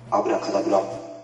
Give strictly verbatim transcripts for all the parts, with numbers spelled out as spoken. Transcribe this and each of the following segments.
アブラカダブラ。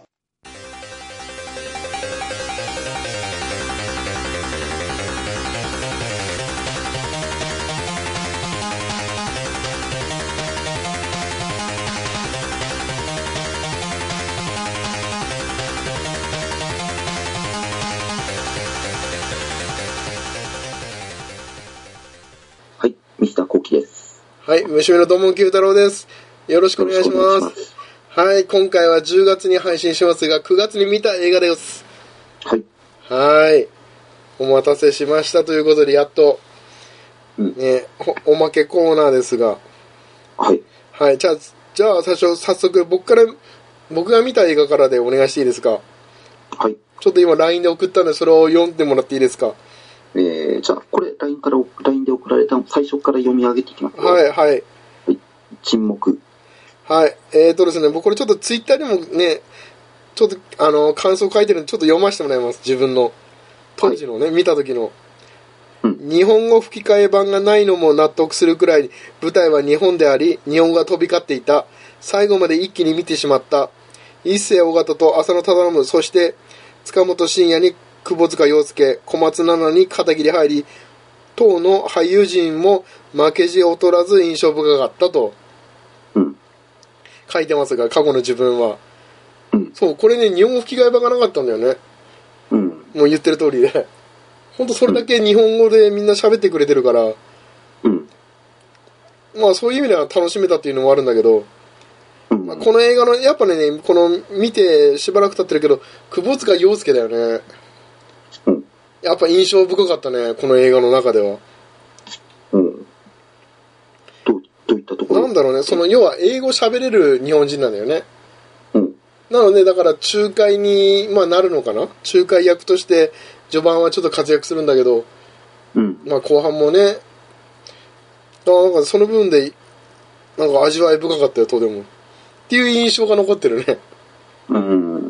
はい、ミスターコウキです。 はい、虫目のどんもん九太郎です。よろしくお願いします。はい、今回はじゅうがつに配信しますが、くがつに見た映画です。 はい。 はい。お待たせしましたということで、やっと、 うん、 ね、お、おまけコーナーですが。 はい。 はい、じゃあ、じゃあ最初、早速、僕から、僕が見た映画からでお願いしていいですか？ はい。 ちょっと今 ライン で送ったんで、それを読んでもらっていいですか？ えー、じゃあ、これ、ライン から、ライン で送られた、最初から読み上げていきます。 はい、はい。はい、 沈黙。 はい。えーとですね、僕これちょっとツイッターにもね、ちょっと、あの、感想書いてるんで、ちょっと読ませてもらいます。自分の。当時のね、はい、見た時の。 うん、 日本語吹き替え版がないのも納得するくらい、舞台は日本であり、日本語が飛び交っていた。最後まで一気に見てしまった。一世尾形と浅野忠信、そして、塚本慎也に窪塚洋介、小松菜奈に片桐入り、等の俳優陣も負けじ劣らず印象深かったと。 うん。 書いてますが、過去の自分は。 うん。 そう、これね、日本語吹き替え版がなかったんだよね。 うん。 もう言ってる通りで。ほんとそれだけ日本語でみんな喋ってくれてるから、 うん。 まあそういう意味では楽しめたっていうのもあるんだけど、 うん、 まあ、この映画の、やっぱね、この見てしばらく経ってるけど、窪塚洋介だよね。 うん。 やっぱ印象深かったね、この映画の中では。 うん。どう、どういったところ？ なんだろうね、その要は英語喋れる日本人なんだよね。 うん。 なので、だから仲介に、まあ、なるのかな、仲介役として序盤はちょっと活躍するんだけど、 うん、 まあ後半もね、なんかその部分でなんか味わい深かったよ、とてもっていう印象が残ってるね。 うん。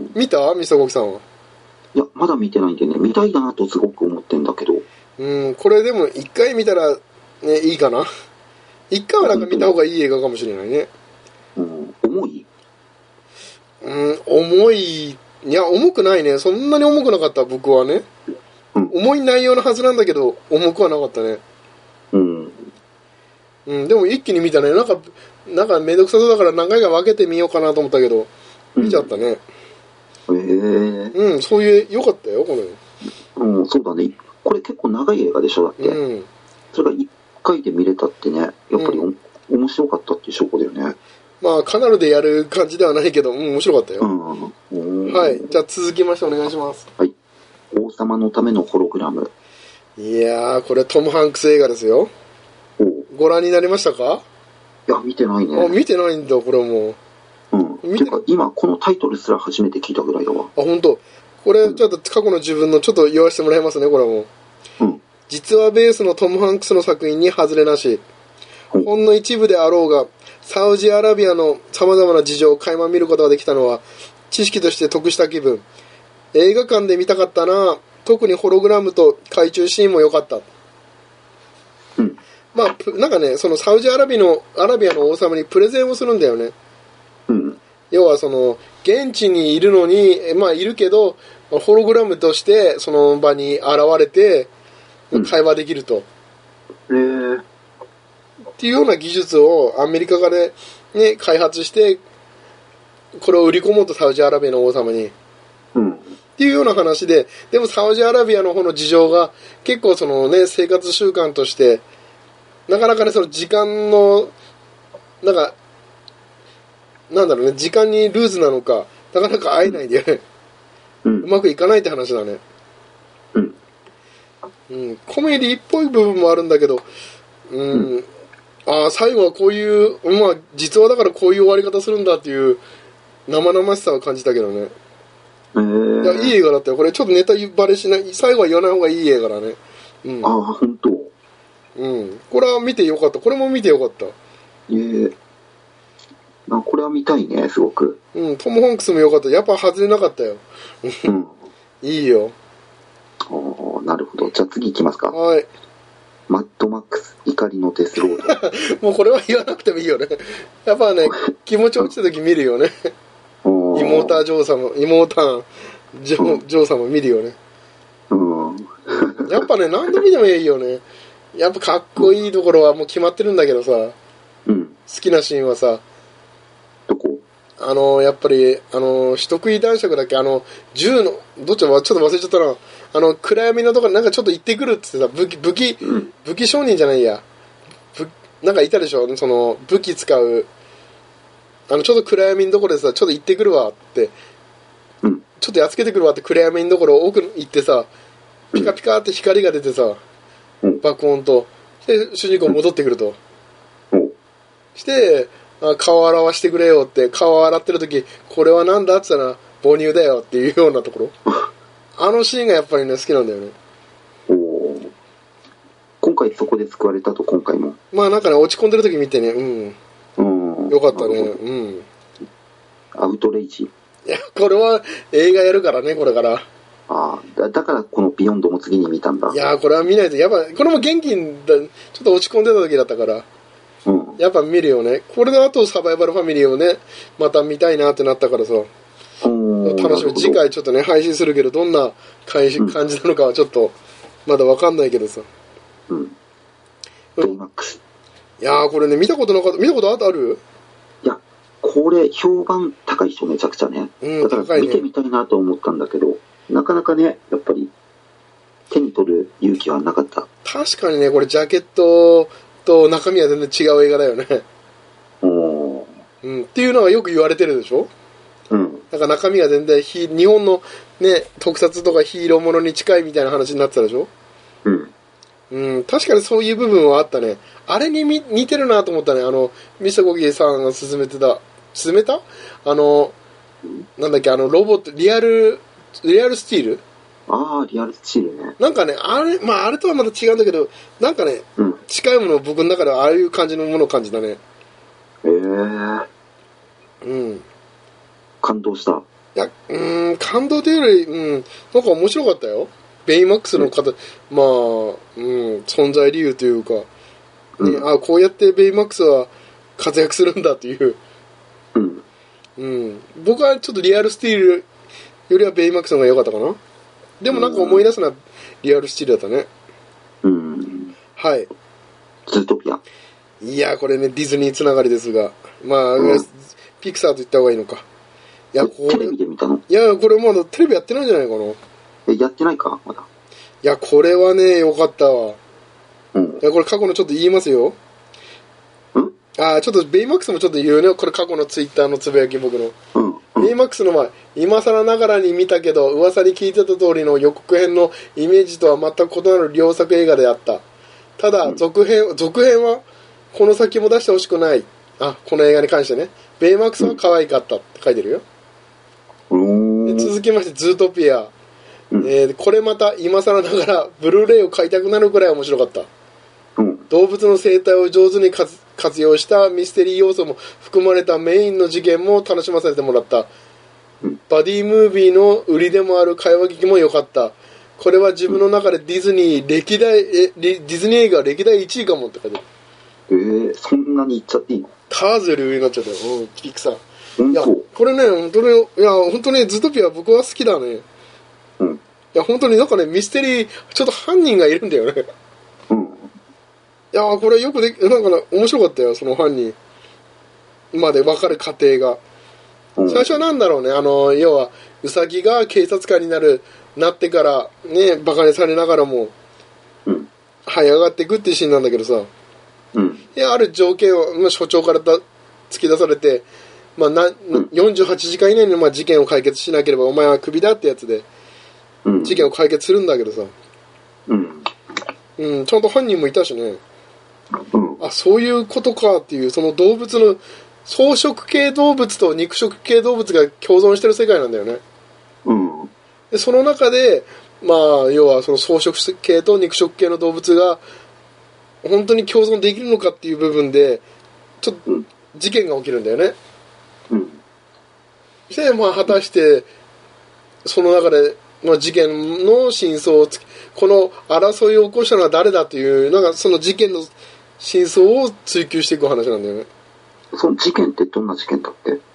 見た？ミスターコキさんは。 いや、まだ見てないんでね、見たいなとすごく思ってんだけど。 うん、これでも一回見たらね、いいかな。一回はなんか見た方がいい映画かもしれないね。 うん、重い？ うん、重い。いや、重くないね。そんなに重くなかった、僕はね。 うん、 重い内容のはずなんだけど、重くはなかったね。 うん。 うん、でも一気に見たね。なんか、なんかめんどくさそうだから何回か分けてみようかなと思ったけど、見ちゃったね。 へ、うん、えー。 うん、そういう、良かったよ、これ。 うん、そうだね。これ結構長い映画でしょ、だって。うん。それが一回で見れたってね、やっぱり、うん、面白かったっていう証拠だよね。 まあ、カナルでやる感じではないけど、うん、面白かったよ。 うん。 はい。じゃあ続きましてお願いします。 はい。王様のためのホログラム。 いやー、これトム・ハンクス映画ですよ。ご覧になりましたか？ いや、見てないね。 あ、見てないんだ、これもう。うん。てか、今、このタイトルすら初めて聞いたぐらいだわ。 あ、本当。これ、ちょっと過去の自分のちょっと言わせてもらいますね、これも。 うん。 実はベースのトム・ハンクスの作品に外れなし。うん、ほんの一部であろうが、サウジアラビアの様々な事情を垣間見ることができたのは、知識として得した気分。映画館で見たかったな。特にホログラムと海中シーンも良かった。 うん。 まあ、なんかね、そのサウジアラビアの、アラビアの王様にプレゼンをするんだよね。 うん。 要はその、現地にいるのに、まあいるけど、ホログラムとしてその場に現れて、会話できると。 へ、うん、 っていうような技術をアメリカがね、ね、開発して、これを売り込もうとサウジアラビアの王様に。 うん。 っていうような話で、でもサウジアラビアの方の事情が結構そのね、生活習慣として、なかなかね、その時間の、なんか、なんだろうね、時間にルーズなのか、なかなか会えないんだよね。うん、うまくいかないって話だね。 うん。 うん、コメディっぽい部分もあるんだけど、うん、うん、ああ、最後はこういう、まあ、実話だからこういう終わり方するんだっていう生々しさを感じたけどね。 えー、 いや、いい映画だったよ。これちょっとネタバレしない、最後は言わない方がいい映画だね。うん、 ああ、本当。 うん。これは見てよかった。これも見てよかった。 ええー。あ、これは見たいね、すごく。 うん、トム・ハンクスもよかった。やっぱ外れなかったよ。うん。いいよ。 ああ、なるほど。じゃあ次行きますか。 はい。 マッドマックス、怒りのデスロード。もうこれは言わなくてもいいよね。やっぱね、気持ち落ちた時見るよね。 ああ、 妹嬢様、妹嬢、嬢様見るよね。 うん。 やっぱね、何度見てもいいよね。やっぱかっこいいところはもう決まってるんだけどさ、 うん、 好きなシーンはさ、 どこ？ あの、やっぱり、あの、人食い男爵だっけ、あの、銃の、どっちもちょっと忘れちゃったな。あの、暗闇のところになんかちょっと行ってくるって言ってさ、武器、武器、 うん、 武器商人じゃないや。ぶなんかいたでしょ、その、武器使う。あの、ちょっと暗闇のところでさ、ちょっと行ってくるわって、 うん、 ちょっとやっつけてくるわって暗闇のところ奥行ってさ、ピカピカって光が出てさ、 うん、 爆音と、で、主人公戻ってくると。 うん、 して、あ、顔洗わしてくれよって、顔洗ってる時、これはなんだって言ったら、母乳だよっていうようなところ。あのシーンがやっぱりね、好きなんだよね。 お今回そこで救われたと、今回も。 まあなんかね、落ち込んでる時見てね、うん。 うん。 よかったね、うん。 アウトレイジ。 いや、これは映画やるからね、これから。 ああ、だ, だからこのビヨンドも次に見たんだ。 いや、これは見ないと、やっぱ、これも元気だ、ちょっと落ち込んでた時だったから。 うん。 やっぱ見るよね。これの後サバイバルファミリーをね、また見たいなってなったからさ。楽しみ。次回ちょっとね、配信するけど、どんな感じなのかはちょっと、まだわかんないけどさ。 うん。ベイマックス。 いやー、これね、見たことなかった。見たことある？ いや、これ、評判高い人めちゃくちゃね。 うん、 だから見てみたいなと思ったんだけど、ね、なかなかね、やっぱり、手に取る勇気はなかった。 確かにね、これジャケットと中身は全然違う映画だよね。 おうん。っていうのがよく言われてるでしょ？ うん。 なんか中身が全然日本のね、特撮とかヒーローものに近いみたいな話になってたでしょ？ うん。 うん、確かにそういう部分はあったね。あれに似てるなと思ったね。あの、ミスターゴギーさんが勧めてた、勧めたあの、なんだっけ、あの、ロボット、リアル、リアルスティール？ ああ、リアルスチールね。 なんかね、あれ、まああれとはまた違うんだけど、なんかね、 うん、 近いものを僕の中ではああいう感じのものを感じたね。 へえー。 うん。 感動した。 いや、うん、感動というより、うん、なんか面白かったよ。ベイマックスの方、うん、まあ、うん、存在理由というか、ね、うん、あ、こうやってベイマックスは活躍するんだっていう。 うん。 うん。僕はちょっとリアルスティールよりはベイマックスの方が良かったかな。でもなんか思い出すのはリアルスティールだったね。 うん。 はい。 ズートピア。 いや、これね、ディズニーつながりですが、まあ、うん、ピクサーと言った方がいいのか。いや、これ。 テレビで見たの？ いや、これまだテレビやってないんじゃないかな。 え、やってないかまだ。 いや、これはね、良かったわ。 うん。 いや、これ過去のちょっと言いますよ。 ん？ あ、ちょっとベイマックスもちょっと言うね。これ過去のツイッターのつぶやき僕の。 うん。うん、 ベイマックスの前、今更ながらに見たけど、噂に聞いてた通りの予告編のイメージとは全く異なる良作映画であった。ただ、続編、うん、続編は、この先も出してほしくない。あ、この映画に関してね。ベイマックスは可愛かったって書いてるよ。 うん、 で続きまして、ズートピア。 うん、 えー、これまた今更ながらブルーレイを買いたくなるくらい面白かった、 うん、 動物の生態を上手に活用したミステリー要素も含まれたメインの事件も楽しませてもらった、うん、バディムービーの売りでもある会話劇も良かった。これは自分の中でディズニー歴代えディズニー映画歴代いちいかもって書いてある。 えー、そんなに言っちゃっていいの？ ターズより上になっちゃったよ、うん、ピクサー。 本当？ いやこれね、本当に、いや本当にズートピア僕は好きだね。 うん。 いや本当になんかねミステリーちょっと犯人がいるんだよね。 うん。いやこれよくでなんか、ね、面白かったよ、その犯人まで分かる過程が。うん、最初はなんだろうね、あの要はウサギが警察官になるなってからねバカにされながらも、 うん、 這い上がっていくっていうシーンなんだけどさ、 うん、 いやある条件を、まあ、所長からだ突き出されて、まあ、なよんじゅうはちじかん以内にまあ事件を解決しなければお前はクビだってやつで、うん、事件を解決するんだけどさ、 うんうん、ちゃんと犯人もいたしね、 うん、 あそういうことかっていう、その動物の草食系動物と肉食系動物が共存してる世界なんだよね、 うん、 でその中で、まあ、要はその草食系と肉食系の動物が本当に共存できるのかっていう部分でちょっと事件が起きるんだよね、 うん、 で、まあ、果たしてその中で、まあ、事件の真相をつこの争いを起こしたのは誰だというなんかその事件の真相を追求していく話なんだよね。 その事件ってどんな事件だって？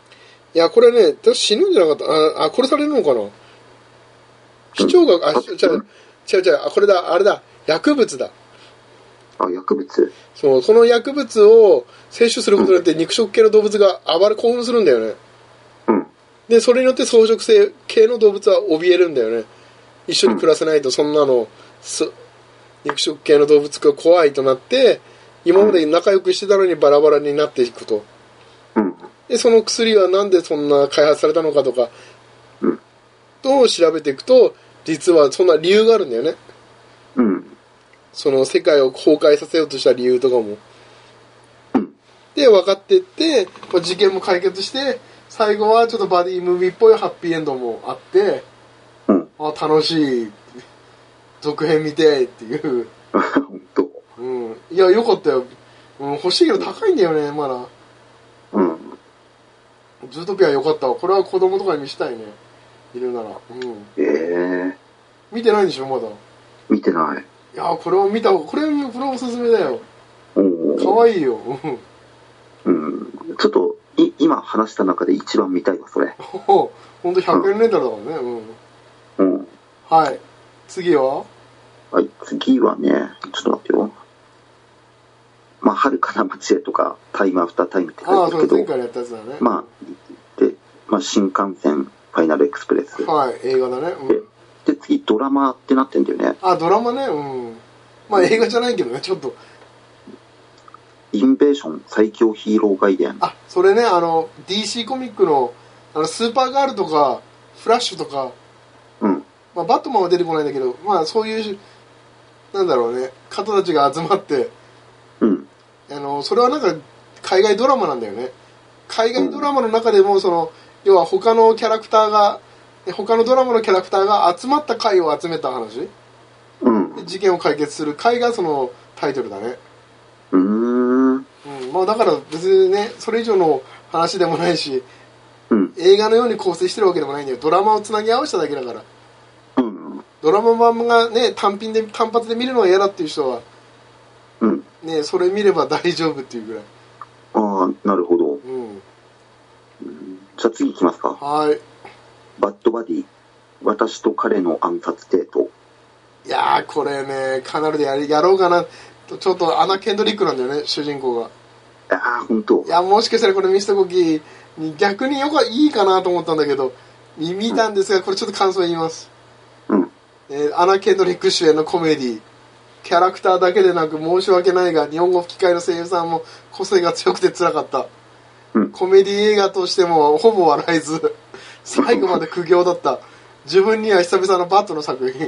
いや、これね、私死ぬんじゃなかった。あ、あ殺されるのかな。市長が、あ、違う、違う違う、あ、これだ、あれだ、薬物だ。 あ、薬物。 そう、その薬物を摂取することによって肉食系の動物が暴れ興奮するんだよね。 うん。 で、それによって草食性系の動物は怯えるんだよね。一緒に暮らせないと、そんなの、す肉食系の動物が怖いとなって、今まで仲良くしてたのにバラバラになっていくと。 うん。 で、その薬はなんでそんな開発されたのかとか、 うん。 と調べていくと、実はそんな理由があるんだよね。 うん。 その世界を崩壊させようとした理由とかも。 うん。 で、分かっていって、まあ、事件も解決して、最後はちょっとバディムービーっぽいハッピーエンドもあって、 うん。 あ、楽しい。続編見てっていう。 本当。 うん。いや、よかったよ。うん、欲しいけど高いんだよね、まだ。 うん。 ズートピアよかったわ。これは子供とかに見せたいね。いるなら。うん。 ええー。 見てないんでしょ、まだ。 見てない。 いや、これを見た方が、これ、これおすすめだよ。 おかわいいよ。 うん。ちょっと、い、今話した中で一番見たいわ、それ。 ほんとひゃくえんレンタルだからね。 うん。うん。 はい。次ははい、次はね、ちょっと待ってよ。まあ、遥かな街へとか、タイムアフタータイムって書いてるけど、 ああ、そう、前回やったやつだね。 まあ、で、まあ、新幹線、ファイナルエクスプレス。 はい、映画だね。うん、 で、で、次、ドラマってなってんだよね。 あ、ドラマね。うん。まあ、映画じゃないけどね、ちょっと。 インベーション最強ヒーロー外伝。 あ、それね、あの、ディーシー コミックの、あの、スーパーガールとか、フラッシュとか、 うん。 まあ、バットマンは出てこないんだけど、まあ、そういう、なんだろうね、方たちが集まって、 うん。 あの、それはなんか、海外ドラマなんだよね。海外ドラマの中でも、その、要は他のキャラクターが、他のドラマのキャラクターが集まった回を集めた話。 うん。 事件を解決する回がそのタイトルだね。 うーん。 うん。まあだから別にね、それ以上の話でもないし、 うん。 映画のように構成してるわけでもないんだよ。ドラマをつなぎ合わせただけだから。 うん。 ドラマ版がね、単品で、単発で見るのが嫌だっていう人は、 うん。 ね、それ見れば大丈夫っていうぐらい。 ああ、なるほど。 うん。 じゃあ次行きますか。 はい。 バッドバディ、私と彼の暗殺デート。 いやー、これね、カナルでやりやろうかな。ちょっとアナ・ケンドリックなんだよね、主人公が。 ああ、ほんと。 いや、もしかしたらこれミスターコキに逆によくいいかなと思ったんだけど、見たんですが、これちょっと感想言います。 うん。 えー、アナ・ケンドリック主演のコメディ。キャラクターだけでなく申し訳ないが、日本語吹き替えの声優さんも個性が強くて辛かった。 うん、 コメディ映画としてもほぼ笑えず、最後まで苦行だった。自分には久々のバットの作品。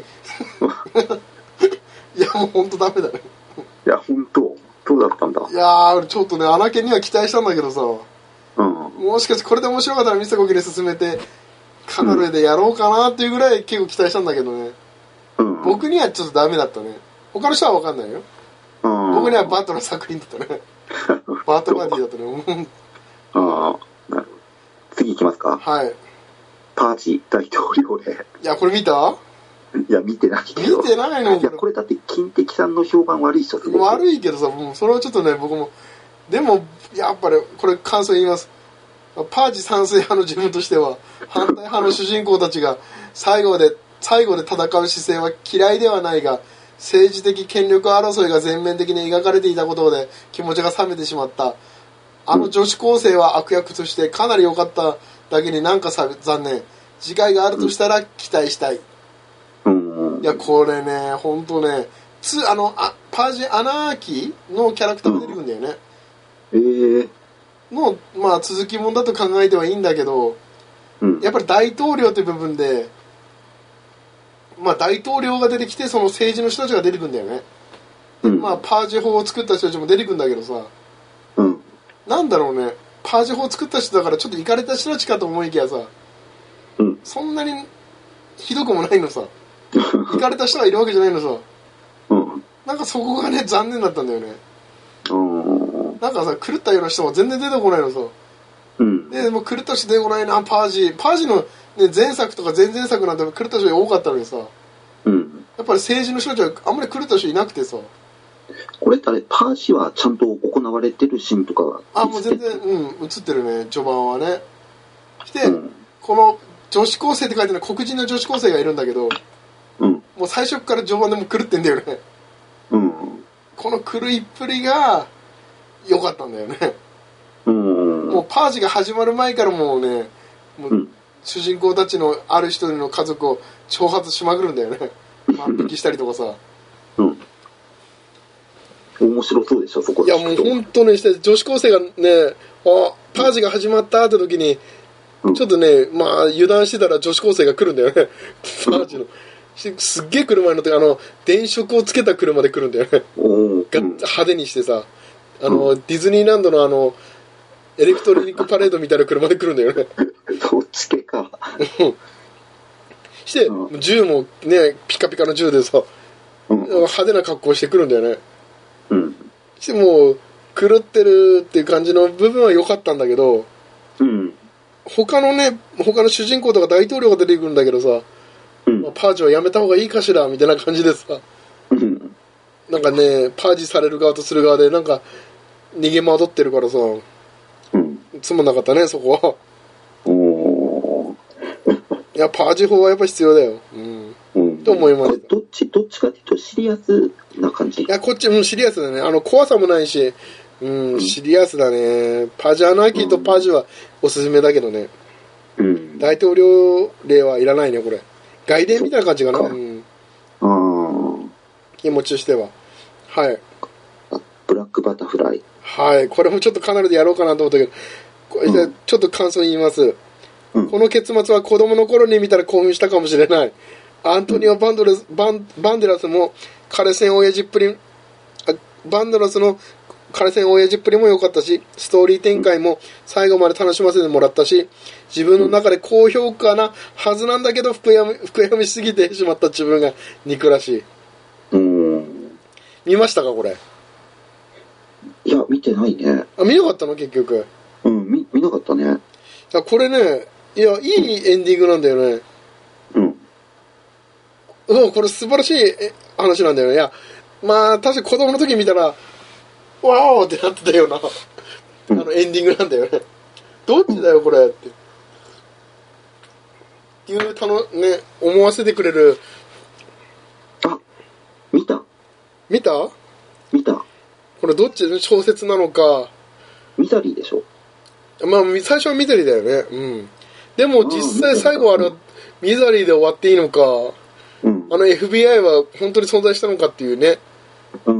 いや、もうほんとダメだね。 いや、ほんと。そうだったんだ。 いやー、ちょっとね、アナケンには期待したんだけどさ、 うん、 もしかしてこれで面白かったらミスターコキに進めて、カナルでやろうかなっていうぐらい結構期待したんだけどね。うん、僕にはちょっとダメだったね。他の人は分かんないよ。うん、僕にはバットの作品だったね。バットバディだったね。 ああ、次行きますか。 はい。 パーチ大統領令。 いや、これ見た？ いや、見てないけど。 見てないの？ いや、これだって金敵さんの評判悪い人って。 悪いけどさ、もうそれはちょっとね、僕も。でも、やっぱり、これ感想言います。パーチ賛成派の自分としては、反対派の主人公たちが最後で、最後で戦う姿勢は嫌いではないが、政治的権力争いが全面的に描かれていたことで気持ちが冷めてしまった。あの女子高生は悪役としてかなり良かっただけになんかさ残念。次回があるとしたら期待したい。うん、いや、これね、ほんとね、つあのあパージ・アナーキーのキャラクターが出てくるんだよね。 うん、えー、 の、まあ、続きもんだと考えてはいいんだけど、うん、やっぱり大統領という部分で、まあ、大統領が出てきてその政治の人たちが出てくるんだよね。うん、まあ、パージ法を作った人たちも出てくるんだけどさ、うん、なんだろうね、パージ法を作った人だからちょっとイカれた人たちかと思いきやさ、うん、そんなにひどくもないのさ。イカれた人がいるわけじゃないのさ、うん、なんかそこがね残念だったんだよね。うん、なんかさ狂ったような人も全然出てこないのさ、うん、でもう狂った人出てこないな。パージパージの、ね、前作とか前々作なんて狂った人が多かったのにさ、うん、やっぱり政治の人たちはあんまり狂った人いなくてさ。 これってあれパージはちゃんと行われてるシーンとかはあ、もう全然うん映ってるね、序盤はね。 して、うん、この女子高生って書いてるのは黒人の女子高生がいるんだけど、うん、もう最初から序盤でも狂ってんだよね。うん、この狂いっぷりが良かったんだよね。うん、もうパージが始まる前からもうね、もう主人公たちのある一人の家族を挑発しまくるんだよね。万引きしたりとかさ。 うん。面白そうでしょ、そこ。 いや、もう本当にして、女子高生がね、あ、パージが始まったって時に、うん、ちょっとね、まあ、油断してたら女子高生が来るんだよね。パージの。すっげえ車に乗って、あの、電飾をつけた車で来るんだよね。うん、派手にしてさ、あの、うん、ディズニーランドのあの、エレクトロニックパレードみたいな車で来るんだよね。 そっち系か。 して、うん、銃もね、ピカピカの銃でさ、うん、派手な格好してくるんだよね。うん。してもう、狂ってるっていう感じの部分は良かったんだけど、うん。他のね、他の主人公とか大統領が出てくるんだけどさ、うん、まあ、パージはやめた方がいいかしらみたいな感じでさ、うん、なんかね、パージされる側とする側でなんか逃げ惑ってるからさ、うん、つまんなかったね、そこは。おいや、パージ法はやっぱ必要だよ。うん。うん、と思いました。 どっち、どっちかっていうとシリアスな感じ？ いや、こっちもシリアスだね。あの、怖さもないし、うん、うん、シリアスだね。パージアナーキーとパージはおすすめだけどね。うん。大統領令はいらないね、これ。外伝みたいな感じかな。うん。ああ。気持ちとしては。はい。 ブラックバタフライ。 はい。これもちょっとカナルでやろうかなと思ったけど、うん、じゃあちょっと感想言います。うん、この結末は子供の頃に見たら興奮したかもしれない。アントニオ・バンドレス、バン、バンデラスも、彼戦親父っぷり、バンデラスの彼戦親父っぷりも良かったし、ストーリー展開も最後まで楽しませてもらったし、自分の中で高評価なはずなんだけど、膨やみ、膨らみすぎてしまった自分が憎らしい。うん。見ましたか、これ？ いや、見てないね。 あ、見なかったの、結局。 うん、見、見なかったね。 これね、いや、いいエンディングなんだよね。うん。うん、これ素晴らしい話なんだよね。いや、まあ、確かに子供の時見たら、わーってなってたような、あの、エンディングなんだよね。どっちだよ、これって。っていう、たの、ね、思わせてくれる。 あ、見た見た見た。 これどっち小説なのか。 ミザリーでしょ。 まあ、最初はミザリーだよね。うん。でも実際最後はあれはミザリーで終わっていいのか、うん、あの エフビーアイ は本当に存在したのかっていうね。うん。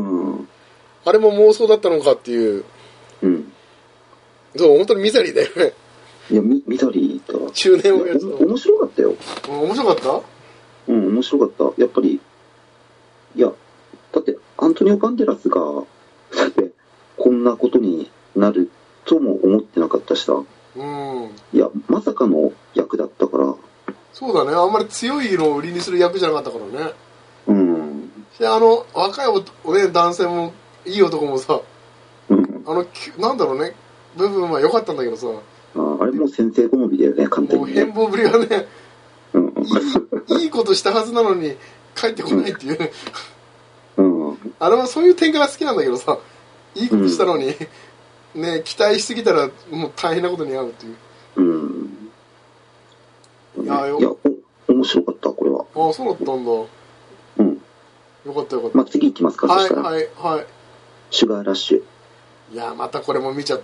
あれも妄想だったのかっていう。うん。そう、本当にミザリーだよね。 いや、ミ、ミザリーと。 中年をやつ。 面白かったよ。 面白かった？ うん、面白かった。やっぱり、いや、だって、アントニオ・バンデラスが、だって、こんなことになるとも思ってなかったしさ。うん。いや、まさかの役だったから。 そうだね。あんまり強いのを売りにする役じゃなかったからね。うん。で、あの、若いお、ね、男性も、いい男もさ、うん。あの、なんだろうね、部分は良かったんだけどさ。 あ, あれも先生好みだよね、完全に、ね。 もう変貌ぶりがね、うん、いい、いいことしたはずなのに、帰ってこないっていう。うん。あれはそういう展開が好きなんだけどさ、いいことしたのに、うん、ね、期待しすぎたら、もう大変なことに遭うっていう。うん。 いや、よいやお面白かった、これは。 ああ、そうだったんだ。うん。よかったよかった。 まあ、次行きますか、 はい、 そしたら。 はい、はい。 シュガーラッシュ。 いや、またこれも見ちゃって。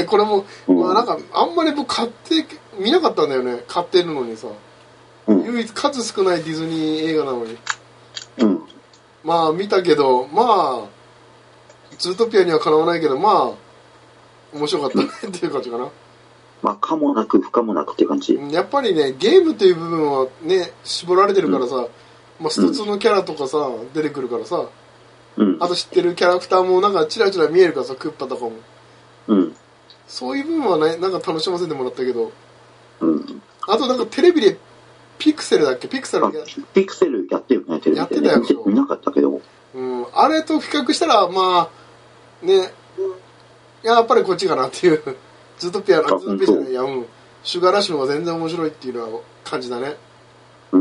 これも、うん、まあなんか、あんまり僕買って、見なかったんだよね。買ってるのにさ。うん、唯一数少ないディズニー映画なのに。うん。まあ、見たけど、まあ、ズートピアにはかなわないけど、まあ、面白かったねっていう感じかな。 まあ、かもなく不可もなくっていう感じ。 やっぱりね、ゲームという部分はね、絞られてるからさ、うん、まあ、一つのキャラとかさ、うん、出てくるからさ、うん、あと知ってるキャラクターもなんかチラチラ見えるからさ、クッパとかも。うん。そういう部分はね、なんか楽しませてもらったけど、うん。あとなんかテレビで、ピクセルだっけピクセルピクセルやってるね、テレビで。 やってたよ、ね。 見なかったけど。 うん。あれと比較したら、まあ、ね、やっぱりこっちかなっていう。ズートピア、ズートピアじゃない、いや、うん。シュガーラッシュの方が全然面白いっていうのは感じだね。うん。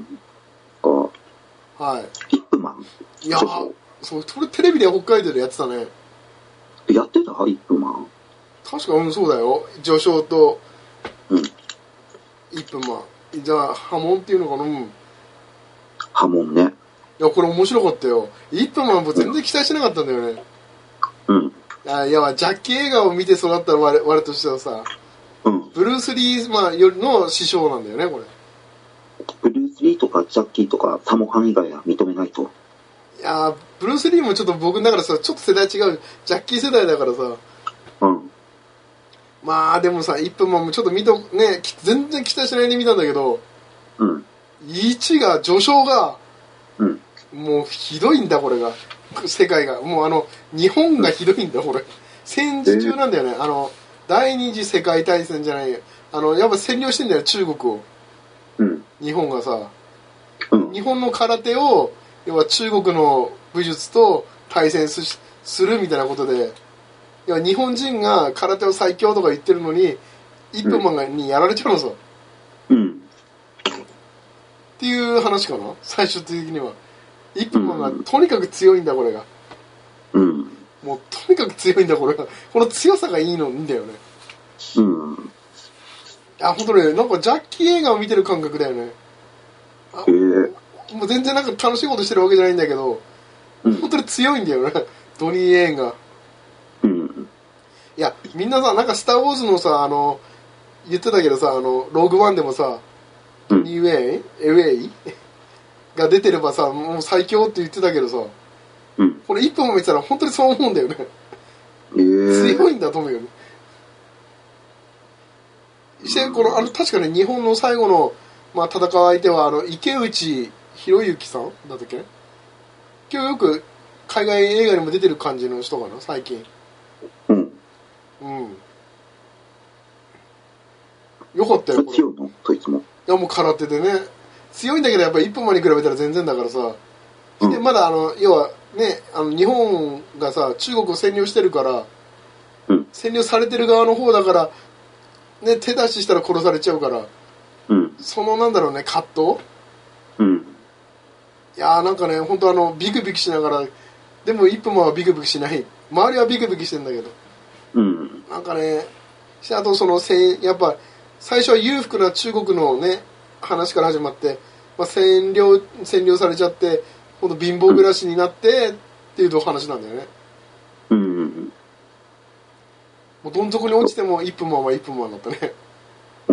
あはい。 イップマン。 いやー、そう、これテレビで北海道でやってたね。 やってたイップマン。 確か、うん、そうだよ。序章と、うん。 イップマン。じゃあ、波紋っていうのかな。うん。 波紋ね。 いや、これ面白かったよ。イップマンも全然期待してなかったんだよね。 うん。 あいや、ジャッキー映画を見て育った我々としてはさ、 うん。 ブルース・リーマンよりの師匠なんだよね、これ。 ブルース・リーとかジャッキーとかサモハン以外は認めないと。 いやー、ブルース・リーもちょっと僕だからさ、ちょっと世代違う。ジャッキー世代だからさ。 うん。 まあでもさ、イップマンもちょっと見と、ね、全然期待しないで見たんだけど、 うん。 いちが、序章が、 うん。 もうひどいんだ、これが。世界が。もうあの、日本がひどいんだ、これ。戦時中なんだよね。あの、第二次世界大戦じゃないよ。あの、やっぱ占領してんだよ、中国を。 うん。 日本がさ。 うん。 日本の空手を、要は中国の武術と対戦すするみたいなことで、要は日本人が空手を最強とか言ってるのに、イップマンにやられちゃうのさ。 うん。 っていう話かな、最終的には。イップマンがとにかく強いんだ、これが。 うん。 もうとにかく強いんだ、これが。この強さがいいのいいんだよね。 うん。 あ、ほんとね、なんかジャッキー映画を見てる感覚だよね。あへえ。 もう全然なんか楽しいことしてるわけじゃないんだけど、うん、本当に強いんだよね、ドニー・イエーンが。 うん。 いや、みんなさ、なんかスター・ウォーズのさ、あの、言ってたけどさ、あの、ローグワンでもさ、ドニー・ウェイン、エウェイが出てればさ、もう最強って言ってたけどさ、うん、これ一本も見てたら本当にそう思うんだよね。えー、強いんだと思うよね。して、この、あの、確かに日本の最後の、まあ、戦う相手は、あの、池内博之さんだったっけね。今日よく海外映画にも出てる感じの人かな、最近。うん。うん。よかったよ、これ。 強いのそいつも。 いや、もう空手でね。強いんだけど、やっぱり一本前に比べたら全然だからさ。うん、で、まだあの、要は、ね、あの、日本がさ、中国を占領してるから、うん、占領されてる側の方だから、ね、手出ししたら殺されちゃうから、うん、そのなんだろうね、葛藤、うん、いやーなんかね、本当あのビクビクしながら、でも一分もはビクビクしない、周りはビクビクしてんだけど、うん、なんかね、あとそのやっぱ最初は裕福な中国のね話から始まって、まあ、占領占領されちゃって、今度貧乏暮らしになってっていう話なんだよね。うん、もうどん底に落ちても一分もは一分もだったね。うん、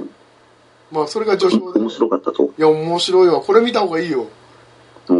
まあそれが序章で。 面白かったと。 いや面白いわ、これ見た方がいいよ。うん。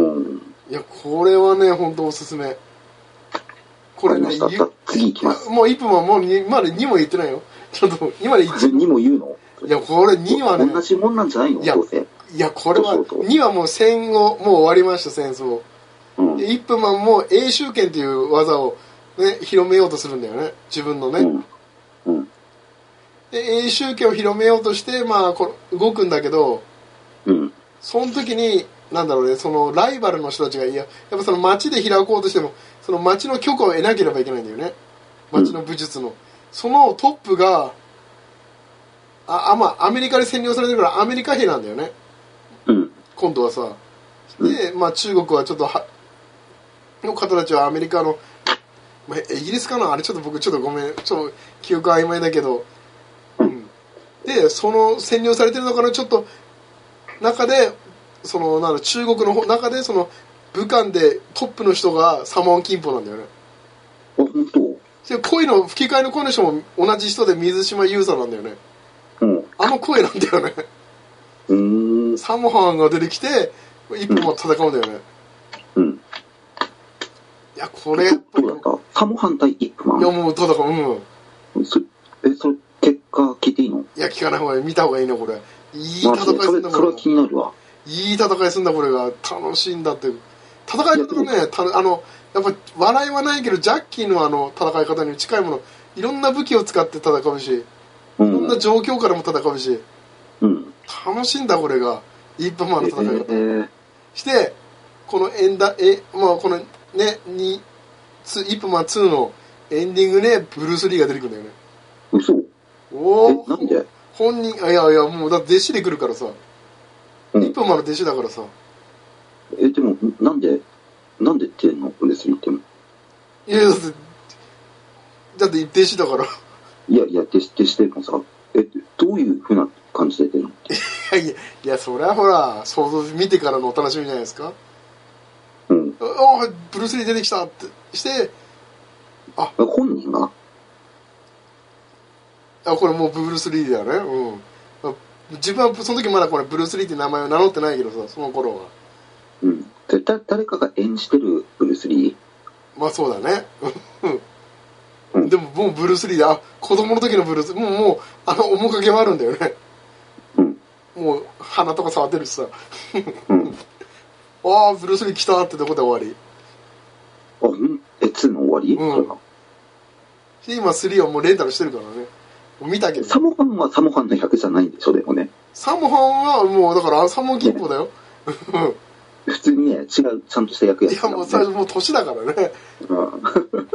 いやこれはね本当おすすめ。これね、 次行きます。 もう一分はもうにまだにも言ってないよ。ちょっと今でいちにも言うの？ いやこれにはね。 同じもんなんじゃないの？ いや、いやこれはにはもう戦後もう終わりました戦争。うん、で一分マンも英雄剣っていう技をね広めようとするんだよね、自分のね。うんうん、で英雄剣を広めようとしてまあこ動くんだけど、うん、その時になんだろうね、そのライバルの人たちがいややっぱその街で開こうとしてもその街の許可を得なければいけないんだよね、街の武術の、うん、そのトップがああまあアメリカで占領されてるからアメリカ兵なんだよね、うん、今度はさで、まあ、中国はちょっとはの方たちはアメリカの、まあ、イギリスかなあれちょっと僕ちょっとごめんちょっと記憶曖昧だけど、うん、でその占領されてる中のちょっと中でそのなんだ中国の中でその武漢でトップの人がサモン・キンポなんだよね。 あ、本当？ で声の吹き替えの声の人も同じ人で水島優さんなんだよね、うん、あの声なんだよね。うーん、サモハンが出てきて一本も戦うんだよね。うん。いや、これ。 どうだった？サモハン対イップマン。 いや、もう、どうだか、うん。 そえ、それ、結果聞いていいの？ いや、聞かない方がいい。見た方がいいな、これ。いい戦いすんだ、 これ。それは気になるわ。 いい戦いすんだ、これが。楽しいんだって。戦い方がね、たあの、やっぱ、笑いはないけど、ジャッキーのあの、戦い方に近いもの、いろんな武器を使って戦うし、いろんな状況からも戦うし、うん。楽しいんだ、これが。イップマンの戦い方。えーしてこのエンダえまあこのねにイップマンツーのエンディングでブルース・リーが出てくるんだよね。 嘘？ おお。 なんで？ 本人いやいやもうだって弟子で来るからさ。うん、イップマンの弟子だからさ。 えでもなんでなんでってんのブルース・リーっても。 いやだってだって弟子だから。 いやいや弟子弟子でもさえどういうふうな感じで出るの？いやいや、いや、それはほら、想像見てからのお楽しみじゃないですか。 うん。 ああ、ブルース・リー出てきたってして、 あ、本人があ、これもうブルース・リーだよね。うん。自分はその時まだこれブルース・リーって名前を名乗ってないけどさ、その頃は。 うん。絶対誰かが演じてるブルース・リー。 まあそうだね。うん。でももうブルース・リーで、あ、子供の時のブルース、もう、もう、あの面影はあるんだよね。 うん。 もう鼻とか触ってるしさ。 うん。 ああ、ブルース・リー来たってとこで終わり。 あ、うん。え、ツーの終わり？ うん。今スリーはもうレンタルしてるからね。見たけど。 サモハンはサモハンの役じゃないんでしょ、でもね。 サモハンはもう、だからサモ銀行だよ。 ね普通にね、違う、ちゃんとした役やってた、 ね、いやもう最初もう年だからね。うん、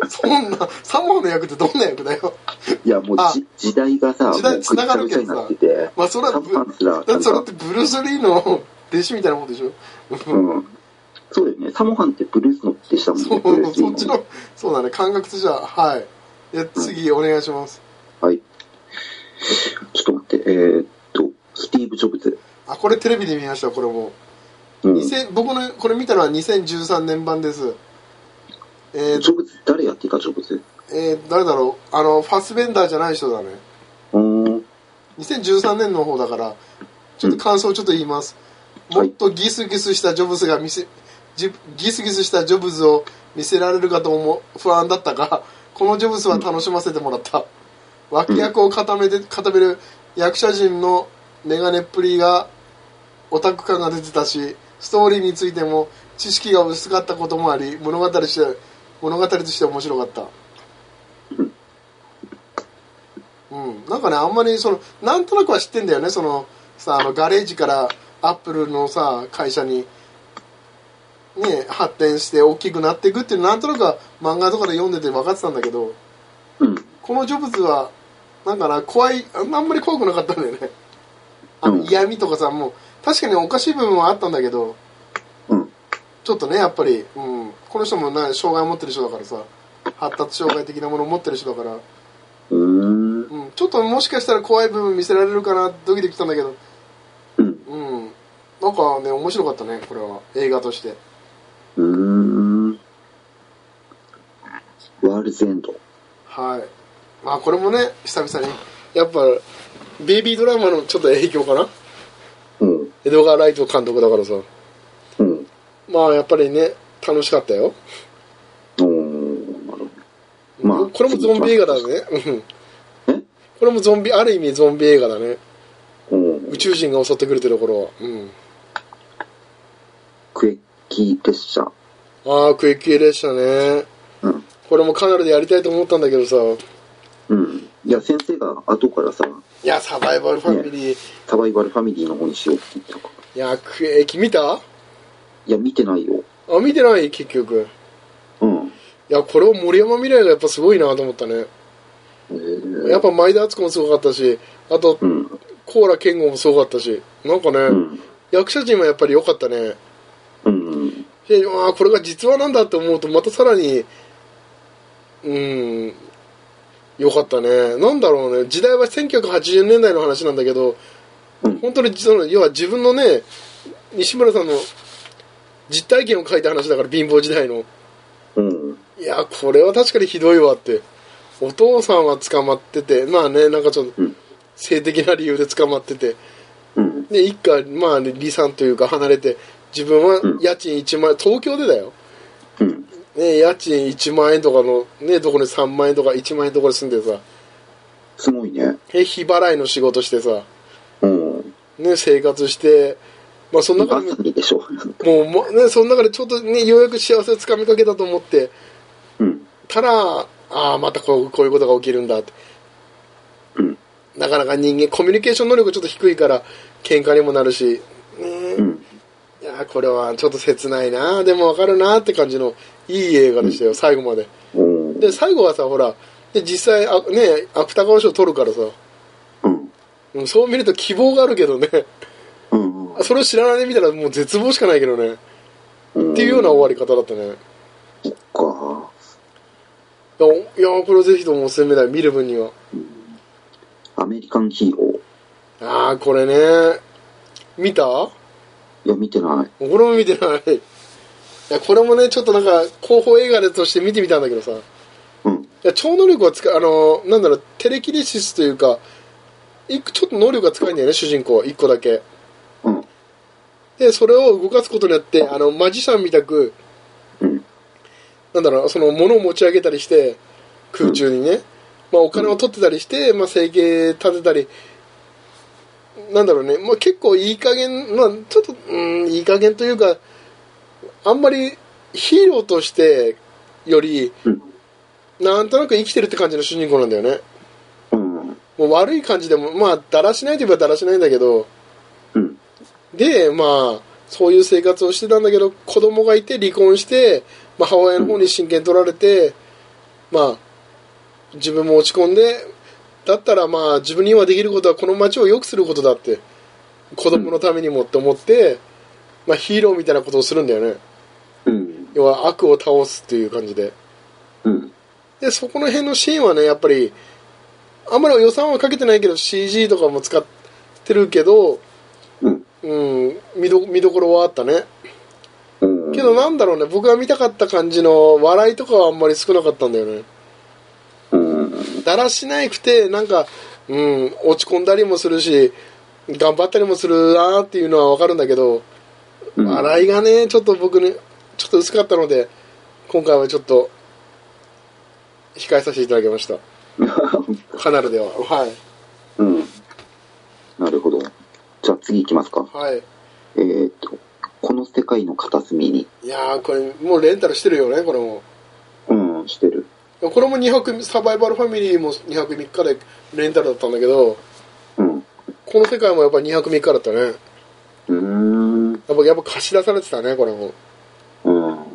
そんな、サモハンの役ってどんな役だよ。 いやもうじ時代がさ、 時代繋がるけどさ。まあそれは、だってそれってブルース・リーの弟子みたいなもんでしょ。 うん。そうだよね。サモハンってブルースの弟子だもんね。 そう、そっちの、そうだね、感覚としては、はい。いや、次お願いします。 はい。ちょっと待って、えー、っと、スティーブ・ジョブズ。 あ、これテレビで見ました、これも。うん、僕のこれ見たのはにせんじゅうさんねん版です。 えー、ジョブズ誰やってたジョブズ？ えー、誰だろう、あのファスベンダーじゃない人だね。 うん。 にせんじゅうさんねんの方だからちょっと感想をちょっと言います。うん、もっとギスギスしたジョブズが見せギスギスしたジョブズを見せられるかと思う不安だったが、このジョブズは楽しませてもらった。脇役を固めて固める役者陣のメガネっぷりがオタク感が出てたし、ストーリーについても知識が薄かったこともあり、物語として物語として面白かった。うん、なんかね、あんまりそのなんとなくは知ってんだよね。そのさ、あのガレージからアップルのさ会社にね発展して大きくなっていくっていうなんとなくは漫画とかで読んでて分かってたんだけど、 うん、 このジョブズはなんかな、怖い、あんまり怖くなかったんだよね。あの嫌味とかさ、もう確かにおかしい部分はあったんだけど、 うん、 ちょっとねやっぱり、うん、この人もね障害を持ってる人だからさ、発達障害的なものを持ってる人だから、 うーん、 うん、ちょっともしかしたら怖い部分見せられるかなドキドキしたんだけど、 うん、 うん、なんかね面白かったね、これは映画として。 うーん、ワールズエンド。 はい。まあこれもね久々にやっぱベイビードラマのちょっと影響かな。 うん。 エドガー・ライト監督だからさ。 うん。 まあやっぱりね楽しかったよ。 おー、なるほど。まあこれもゾンビ映画だね。 え？ これもゾンビ、ある意味ゾンビ映画だね。 うん。 宇宙人が襲ってくるってところは。うん。 クエッキー列車。 ああ、クエッキー列車ね。 うん。 これもカナルでやりたいと思ったんだけどさ。 うん。いや、先生が後からさ、 いや、サバイバルファミリー、ね、 サバイバルファミリーの方にしようって言ったから。 いや、クエッキー見た？ いや、見てないよ。 あ、見てない結局。 うん。 いや、これを森山未来がやっぱすごいなと思ったね。 えー、 やっぱ前田敦子もすごかったし、あと、うん、コーラ健吾もすごかったし、なんかね、うん、役者陣もやっぱり良かったね。 うん。 で、ああ、これが実話なんだって思うと、またさらに、うん、良かったね。なんだろうね、時代はせんきゅうひゃくはちじゅうねんだいの話なんだけど、うん、本当にその、要は自分のね、西村さんの実体験を書いた話だから、貧乏時代の。 うん。 いや、これは確かにひどいわって。お父さんは捕まってて、まあね、なんかちょっと性的な理由で捕まってて、うん、で一家、まあ、ね、離散というか離れて、自分は家賃いちまん円、東京でだよ、うんね、家賃いちまん円とかの、ね、ところにさんまん円とかいちまん円ところに住んでさ、 すごいね。 日払いの仕事してさ、 うんね、生活して、まあ、その中で、 でしょもう、もね、その中でちょっとね、ようやく幸せをつかみかけたと思って、 うん、 たら、ああまたこう、こういうことが起きるんだって、 うん、 なかなか人間コミュニケーション能力ちょっと低いから喧嘩にもなるし、ねうん、いやこれはちょっと切ないな、でも分かるなって感じのいい映画でしたよ、うん、最後まで、うん、で最後はさほらで実際あ、ね、芥川賞取るからさ、うん、そう見ると希望があるけどね、うん、それを知らないで見たらもう絶望しかないけどね、うん、っていうような終わり方だったね。 そっか。 いやこれをぜひともおすすめだよ、見る分には。 アメリカンヒーロー。 ああ、これね。見た？ いや、見てない。 俺も見てない。いや、これもね、ちょっとなんか、広報映画でとして見てみたんだけどさ。 うん。 いや、超能力は使う、あの、なんだろう、テレキネシスというか、一個ちょっと能力が使えんだよね、主人公。一個だけ。 うん。 で、それを動かすことによって、あの、マジシャンみたく、 うん。 なんだろう、その、物を持ち上げたりして、空中にね。うん、まあ、お金を取ってたりして、まあ、生計立てたり、なんだろうね、まあ、結構いい加減、まあ、ちょっと、うん、いい加減というか、あんまりヒーローとしてより、 うん、 なんとなく生きてるって感じの主人公なんだよね。 うん、 もう悪い感じでも、まあ、だらしないといえばだらしないんだけど、 うん、 で、まあ、そういう生活をしてたんだけど、子供がいて離婚して、まあ、母親の方に親権取られて、まあ、自分も落ち込んで、だったらまあ自分に今できることはこの街を良くすることだって子供のためにもって思って、まあ、ヒーローみたいなことをするんだよね、 うん、 要は悪を倒すっていう感じで、 うん、 でそこの辺のシーンはねやっぱりあんまり予算はかけてないけど シージー とかも使ってるけど、 うんうん、見ど、見どころはあったね、 うん、 けどなんだろうね、僕が見たかった感じの笑いとかはあんまり少なかったんだよね。だらしなくてなんか、うん、落ち込んだりもするし頑張ったりもするなっていうのは分かるんだけど、うん、笑いがねちょっと僕ねちょっと薄かったので今回はちょっと控えさせていただきましたカナルでは。はい、 うん、なるほど。じゃあ次行きますか。 はい。 えー、っとこの世界の片隅に。 いやーこれもうレンタルしてるよね、これも。 うんしてる。 これもにはくサバイバルファミリーもにはくみっかでレンタルだったんだけど、 うん、 この世界もやっぱりにはくみっかだったね。 うーん、 やっぱやっぱ貸し出されてたね、これも。 うん。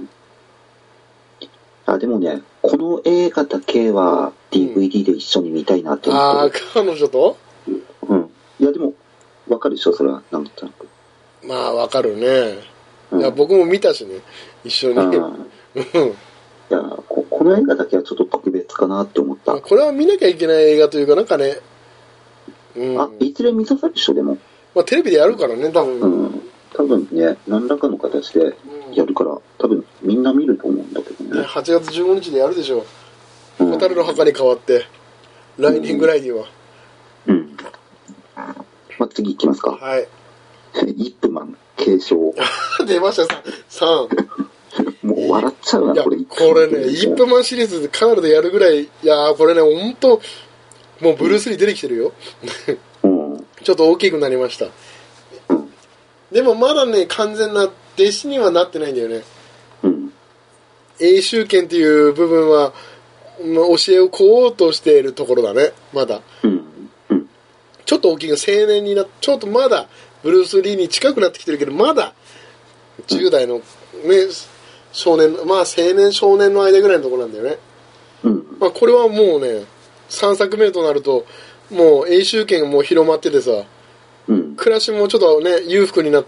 あ、でもね、この映画だけは ディーブイディー で一緒に見たいなって思って、うん、 ああ、彼女と？ うん。いやでも、わかるでしょ、それは。なんとなく。 まあ、わかるね。 うん、 いや、僕も見たしね、一緒に。うん。 いやこ、この映画だけはちょっと特別かなって思った。 これは見なきゃいけない映画というか、なんかね、 うん、あ、いずれ見させるでしょ、でも。 まあ、テレビでやるからね、多分。 うん。多分ね、何らかの形でやるから、多分みんな見ると思うんだけどね。 はちがつじゅうごにちでやるでしょ。うん、ホタルの墓に変わって、来年ぐらいには。 うん。うん、まあ、次行きますか。 はい。 イップマン継承。 出ました、さん。 もう笑っちゃうな、これ。 これね、イップマンシリーズでカナダでやるぐらい、いやー、これね、ほんと、もうブルース・リー出てきてるよ。うん、ちょっと大きくなりました。うん、でもまだね、完全な弟子にはなってないんだよね。うん、英雄権っていう部分は、まあ、教えをこうとしているところだね、まだ。うんうん、ちょっと大きいが青年になって、ちょっとまだブルース・リーに近くなってきてるけど、まだじゅう代のね、少年、まあ青年少年の間ぐらいのところなんだよね。うん、まあこれはもうね、さんさくめとなると、もう英雄権がもう広まっててさ、うん、暮らしもちょっとね、裕福になって、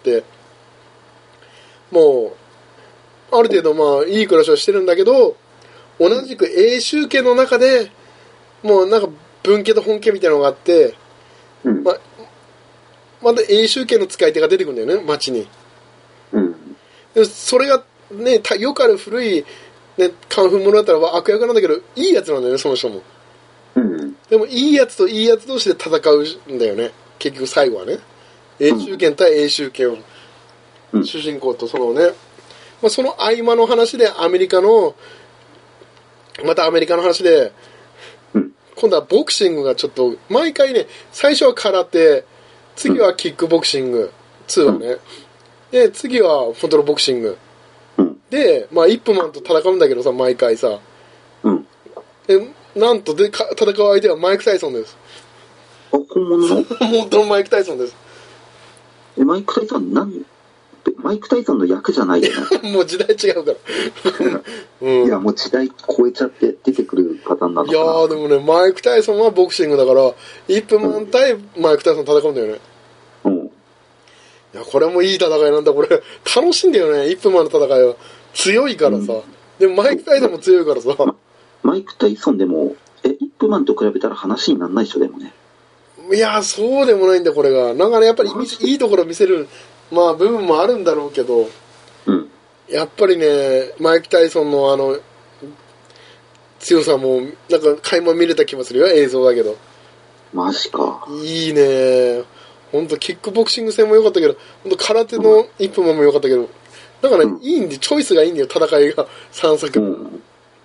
もう、ある程度まあいい暮らしをしてるんだけど、同じく英雄権の中で、もうなんか分家と本家みたいなのがあって、うん、まあ、また英雄権の使い手が出てくるんだよね、街に。うん、でそれがね、よくある古い、ね、カンフーものだったら悪役なんだけど、いいやつなんだよね、その人も。うん、でも、いいやつといいやつ同士で戦うんだよね、結局最後はね。英雄権対英雄権を、うん、主人公とそのね、まあ、その合間の話でアメリカの、またアメリカの話で、うん、今度はボクシングがちょっと、毎回ね、最初は空手、次はキックボクシング、にはね、うん、で、次は本当のボクシング。で、まあ、イップマンと戦うんだけどさ、毎回さ。うん。で、なんとでか、戦う相手はマイク・タイソンです。 あ、本物の本当のマイク・タイソンです。 え、マイク・タイソン、なんマイク・タイソンの役じゃないよね。もう時代違うから。 うん、いや、もう時代超えちゃって出てくるパターンなんだから。 いやー、でもね、マイク・タイソンはボクシングだから、イップマン対マイク・タイソン戦うんだよね。うん。いや、これもいい戦いなんだ、これ。楽しいんだよね、イップマンの戦いは。強いからさ、うん、でもマイク・タイソンも強いからさ、 ま、マイク・タイソンでもえイップマンと比べたら話にならないでしょ、でもね。 いやそうでもないんだこれがなんかねやっぱりいいところ見せるまあ部分もあるんだろうけど、 うん、 やっぱりねマイク・タイソンのあの強さもなんか垣間見れた気もするよ映像だけど。 マジか。 いいね本当キックボクシング戦も良かったけど本当空手の一分も良かったけど、だから、ねうん、いいんでチョイスがいいんだよ戦いがさんさくめ、うん、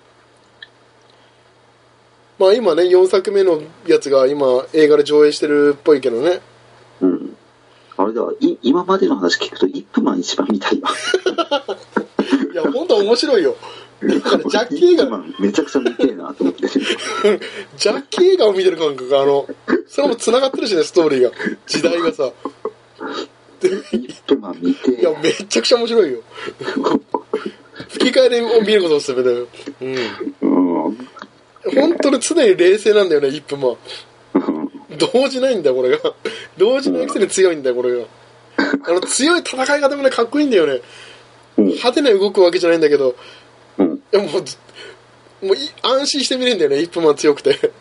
まあ今ねよんさくめのやつが今映画で上映してるっぽいけどね。 うんあれだい今までの話聞くとイップマン一番見たいわいや本当面白いよ。だからジャッキー映画めちゃくちゃ見てえなと思ってジャッキー映画を見てる感覚があのそれも繋がってるしねストーリーが時代がさイップマン見ていやめちゃくちゃ面白いよ吹き替えで見ることをするだよ。うん、うん、本当に常に冷静なんだよねイップマン動じないんだこれが動じないくせに強いんだよこれがあの強い戦い方もねかっこいいんだよね。派手な動くわけじゃないんだけど、うん、いやもうもう安心して見れるんだよねイップマン強くて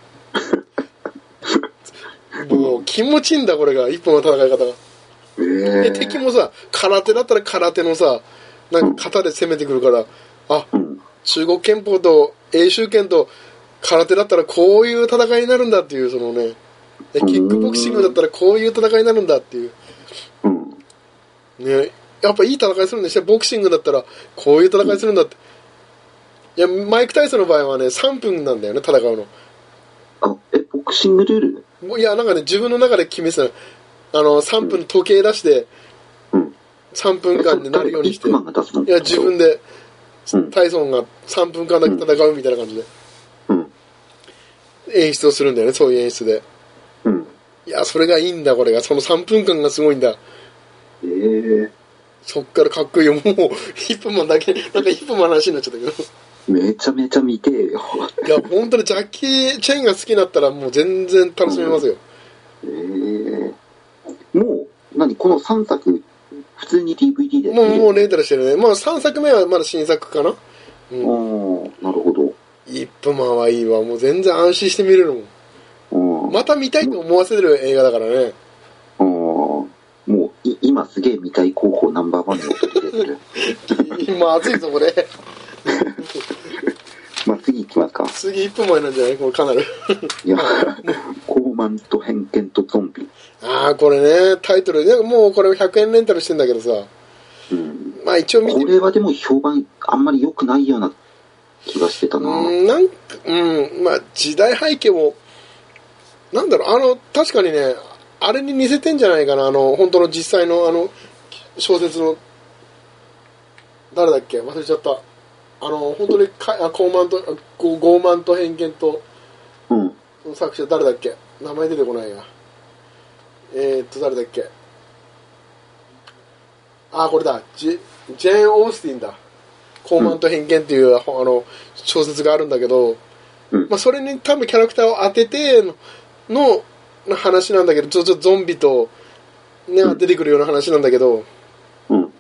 もう気持ちいいんだこれがイップマンの戦い方が、えー、で敵もさ空手だったら空手のさなんか型で攻めてくるからあ、うん、中国拳法と英州拳と空手だったらこういう戦いになるんだっていうそのねキックボクシングだったらこういう戦いになるんだっていう、うん、ねやっぱいい戦いするんでしてボクシングだったらこういう戦いするんだって、いやマイク・タイソンの場合はねさんぷんなんだよね戦うの。 あえボクシングルールいやなんかね自分の中で決めてたあのさんぷんの時計出して、うん、さんぷんかんでなるようにして、いや自分で、うん、タイソンがさんぷんかんだけ戦うみたいな感じで、うん、演出をするんだよねそういう演出で、うん、いやそれがいいんだこれがそのさんぷんかんがすごいんだ。えーそっからかっこいいよもうヒップマンだけなんかヒップマンの話になっちゃったけどめちゃめちゃ見てえよいや本当にジャッキー・チェンが好きになったらもう全然楽しめますよ、 うん、えー、もう何このさんさく普通に ディーブイディー でもうもうレンタルしてるね。まあさんさくめはまだ新作かな、 うん、ああなるほど。 ヒップマンはいいわもう全然安心して見れるもん、うん、また見たいと思わせる映画だからね。 もう今すげえ見たい候補ナンバーワンに出てる今熱いぞこれまあ次行きますか。 次いっぷんまえなんじゃないこれかなりいや高慢と偏見とゾンビ。 ああこれねタイトルでもうこれひゃくえんレンタルしてんだけどさ、うん、まあ一応見てこれはでも評判あんまり良くないような気がしてたな。 うんなんかうんまあ時代背景もなんだろうあの確かにねあれに似せてんじゃないかなあの本当の実際のあの小説の誰だっけ忘れちゃったあの本当にか傲慢と傲慢と偏見と、うん、その作者誰だっけ名前出てこないやえー、っと誰だっけあこれだジ, ジェーン・オースティンだ傲慢と偏見っていう、うん、あの小説があるんだけど、うんまあ、それに多分キャラクターを当ててののの話なんだけどちょっとゾンビと、ね、出てくるような話なんだけどうん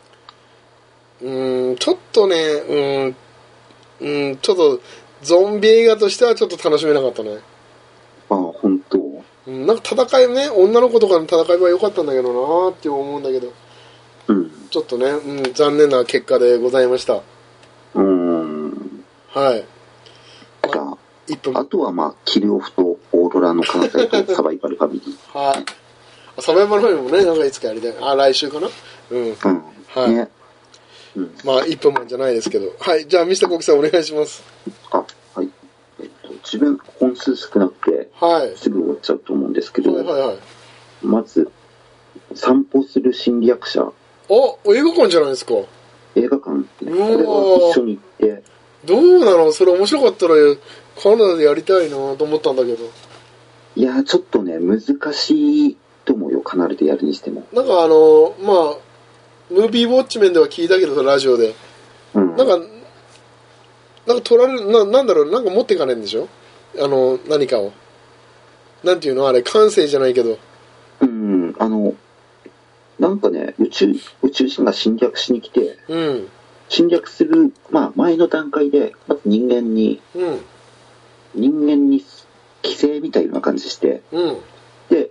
うんちょっとねうんうんちょっとゾンビ映画としてはちょっと楽しめなかったね。 ああ本当。 うんなんか戦いね女の子とかの戦いは良かったんだけどなーって思うんだけど、うん、ちょっとね、うん、残念な結果でございました。うんはい。 じゃあいっぷんあとはまあキルオフとオーロラの関西とサバイバルファミリーはいサバイバルファミリーもねなんかいつかやりたいあ来週かなうん、うん、はい、ねうん、まあいっぷんまんじゃないですけどはいじゃあミスターコキさんお願いします。 あはいえっと自分本数少なくて、はい、すぐ終わっちゃうと思うんですけど、はいはいはい、まず散歩する侵略者お映画館じゃないですか。 映画館これは一緒に行ってどうなのそれ面白かったらカナダでやりたいなと思ったんだけどいやちょっとね難しいと思うよカナダでやるにしても。 なんかあのまあムービーウォッチメンでは聞いたけどラジオで、うん、なんかなんか取られるななんだろうなんか持っていかねえんでしょあの何かをなんていうのあれ感性じゃないけどうんあのなんかね宇宙宇宙人が侵略しに来て、うん、侵略する、まあ、前の段階でまず人間に、うん、人間に規制みたいな感じして、うん、で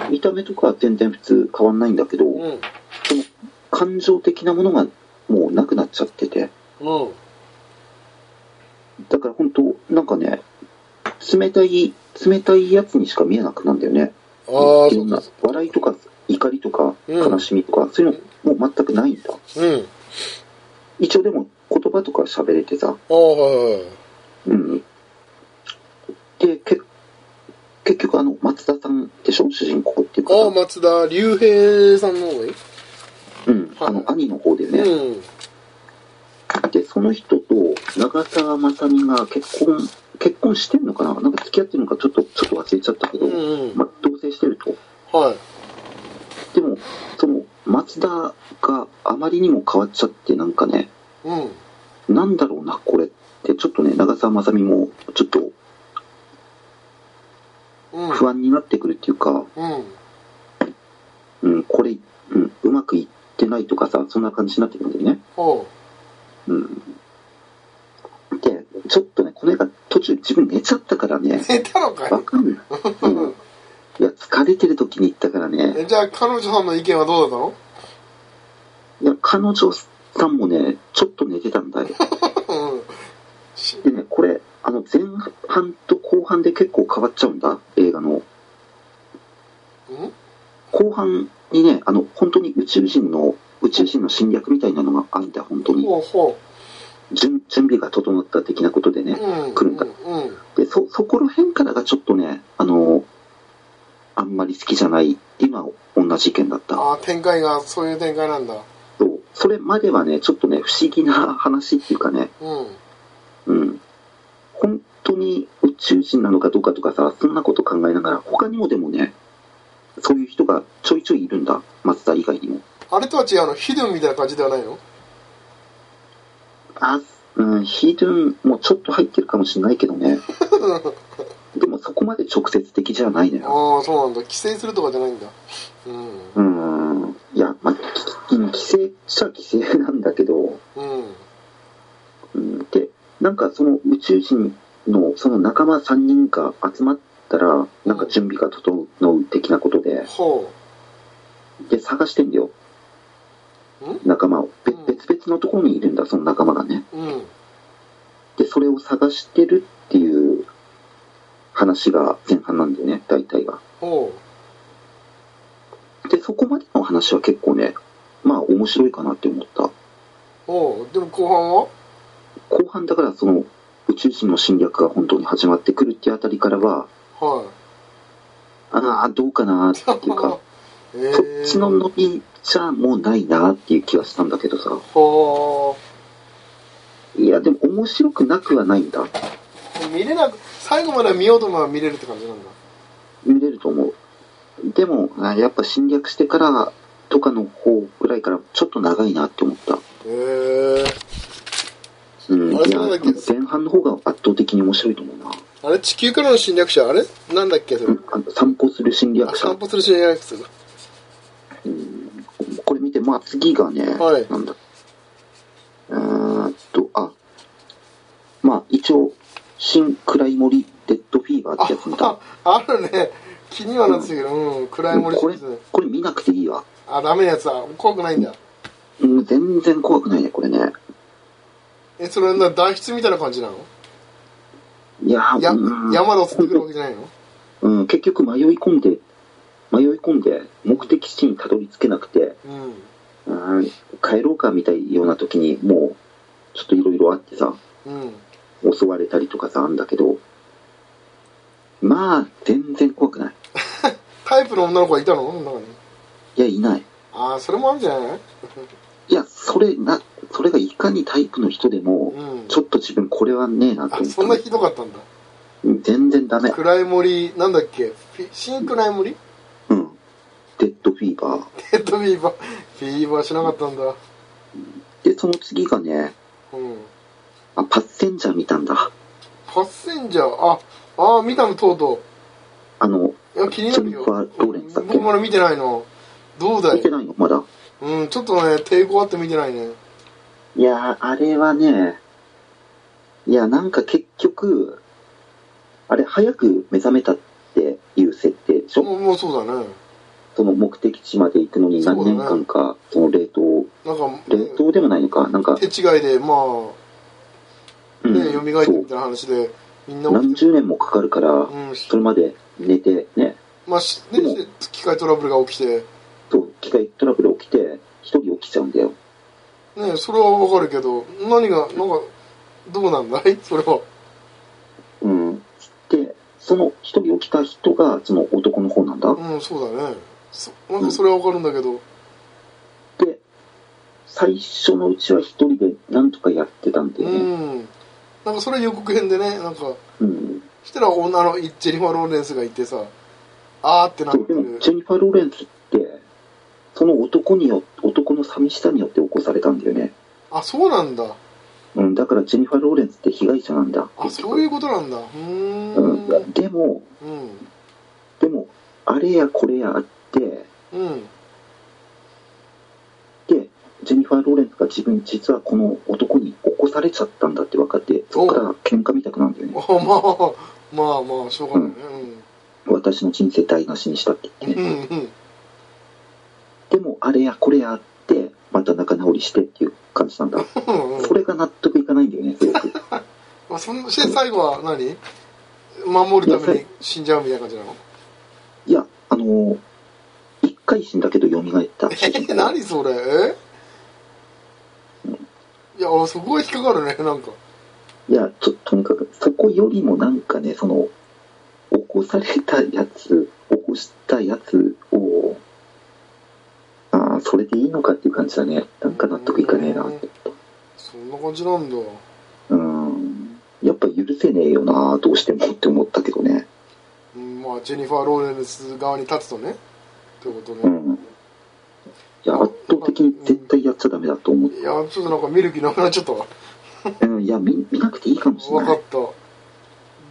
見た目とかは全然普通変わんないんだけど、うん、その感情的なものがもうなくなっちゃってて、うん、だから本当なんかね、冷たい冷たいやつにしか見えなくなるんだよね。ああ、いろんな笑いとか怒りとか悲しみとか、うん、そういうのもう全くないんだ。うん、一応でも言葉とか喋れてさ、あ、はいはい、うん、でけ結局あの松田さんでしょ、主人公っていうか。 ああ、松田龍平さんの方がいい。 うん、はい、あの兄の方でね、うん、でその人と長澤まさみが結婚結婚してんのかな、なんか付き合ってるのかちょっとちょっと忘れちゃったけど、うんうん、まあ、同棲してると。はい。でもその松田があまりにも変わっちゃって、なんかね、うん、なんだろうなこれってちょっとね、長澤まさみもちょっと不安になってくるっていうか、うん、うん、これ、うん、うまくいってないとかさ、そんな感じになってくるんだよね。うん。で、ちょっとね、この映画途中自分寝ちゃったからね。 寝たのかい？ わかんない。うん。いや、疲れてる時に行ったからね。 え、じゃあ彼女さんの意見はどうだったの？ いや、彼女さんもね、ちょっと寝てたんだよ。でね、これ、あの、前半と後半で結構変わっちゃうんだ、映画の。ん？後半にね、あの、本当に宇宙人の、宇宙人の侵略みたいなのがあるんだ、本当に。ほうほう。準、準備が整った的なことでね、うん、来るんだ。うんうん、で、そ、そこら辺からがちょっとね、あの、あんまり好きじゃないっていうのは同じ意見だった。 ああ、展開が、そういう展開なんだ。 そう。それまではね、ちょっとね、不思議な話っていうかね、うん。うん。本当に宇宙人なのかどうかとかさ、そんなこと考えながら、他にもでもね、そういう人がちょいちょいいるんだ、松田以外にも。 あれとは違うの？ヒドゥンみたいな感じではないの？ あ、うん、ヒドゥンもちょっと入ってるかもしれないけどね。でもそこまで直接的じゃないのよ。 ああ、そうなんだ。規制するとかじゃないんだ。 うん。うん。いや、まあ、規制っちゃ規制なんだけど、うん。うん、で、なんかその宇宙人のその仲間さんにんが集まったら、なんか準備が整う的なことで、うん、で、探してんだよ。仲間を。べ、うん、別々のところにいるんだ、その仲間がね。うん、で、それを探してるっていう話が前半なんだよね、大体が。で、そこまでの話は結構ね、まあ面白いかなって思った。 おう、でも後半は？ 後半だからその宇宙人の侵略が本当に始まってくるっていうあたりからは、はい、ああ、どうかなっていうか、えー、そっちの伸びじゃもうないなっていう気がしたんだけどさ。いや、でも面白くなくはないんだ。 見れなく、最後まで見ようと思えば見れるって感じなんだ。 見れると思う。でも、やっぱ侵略してからとかの方ぐらいからちょっと長いなって思った。へえ。うん、いや、前半の方が圧倒的に面白いと思うな。 あれ、地球からの侵略者、あれなんだっけそれ、うん、 あの散歩する侵略者。 散歩する侵略者。 うん、これ見て、まあ次がね、はい、なんだ。えーっと、あ、まあ一応、新暗い森デッドフィーバーってやつ見た。 あ、あるね。気にはなってたけど、うん、暗い森シリーズ。これ、これ見なくていいわ。 あ、ダメなやつは怖くないんだ。 うん、全然怖くないね、これね。 え、それは脱出みたいな感じなの？ いや、 や、うん、山で襲ってくるわけじゃないの？ うん、結局迷い込んで、迷い込んで目的地にたどり着けなくて、うん、うん、帰ろうかみたいような時にもう、ちょっといろいろあってさ、うん、襲われたりとかさ、あんだけど、まあ、全然怖くない。 タイプの女の子がいたの？中に。 いや、いない。 ああ、それもあるんじゃない？ いや、それな、それがいかにタイプの人でも、うん、ちょっと自分これはねえなと思った。 あ、そんなひどかったんだ。 全然ダメ。 暗い森、なんだっけ？新暗い森？ うん。デッドフィーバー。 デッドフィーバー。フィーバーしなかったんだ。 で、その次がね、うん、あ、パッセンジャー見たんだ。 パッセンジャー、あ、ああ、見たの、とうとう。 あの、 いや、気になるよ。 ローレンスだっけ？ 僕まだ見てないの。どうだい？ 見てないのまだ。 うん、ちょっとね、抵抗あって見てないね。 いやー、あれはね、いや、なんか結局、あれ、早く目覚めたっていう設定でしょ？ もう、もうそうだね。 その目的地まで行くのに何年間か、その冷凍、 なんか、 冷凍でもないのか、なんか。 手違いで、まあ、ね、蘇、うん、ってみたいな話で、 みんな何十年もかかるから、うん、それまで寝て、ね。 まあ、ね、機械トラブルが起きて。 そう、機械トラブル起きて、一人起きちゃうんだよ。 ね、それはわかるけど、何が、なんか、どうなんだいそれは。 うん。で、その一人起きた人が、その男の方なんだ。 うん、そうだね。そなんかそれはわかるんだけど、うん。 で、最初のうちは一人でなんとかやってたんだよね。うん。 なんかそれ予告編でね、なんか、 うん。 したら女のジェニファー・ローレンスがいてさ、あーってなってる。 でもジェニファー・ローレンスって、その男によ、男の寂しさによって起こされたんだよね。 あ、そうなんだ。 うん、だからジェニファー・ローレンスって被害者なんだ。 あ、そういうことなんだ。うーん。 うん、でも、うん、でも、あれやこれやあって、うん、で、ジェニファー・ローレンスが自分、実はこの男に起こされちゃったんだって分かって、そこから喧嘩見たくなるんだよね。 まあ、まあまあ、しょうがないね。 うん、私の人生台無しにしたって言ってね。うんうん、でも、あれやこれやあって、また仲直りしてっていう感じなんだ。うん、それが納得いかないんだよね、すごく。 まあ、そのして最後は何守るために死んじゃうみたいな感じなの？ いや、あのー、一回死んだけど蘇った。 え、何それ？え、うん、いや、そこが引っかかるね、なんか。 いや、ちょっととにかく、そこよりもなんかね、その、起こされたやつ、起こしたやつを、ああ、それでいいのかっていう感じだね。なんか納得いかねえなって。 そんな感じなんだ。 うん。やっぱ許せねえよな、どうしてもって思ったけどね。 うん、まあ、ジェニファー・ローレンス側に立つとね。ってことね。 うん。いや、圧倒的に絶対やっちゃダメだと思う。 いや、ちょっとなんか見る気なくなっちゃったわ。 うん、いや見、見なくていいかもしれない。 わかった。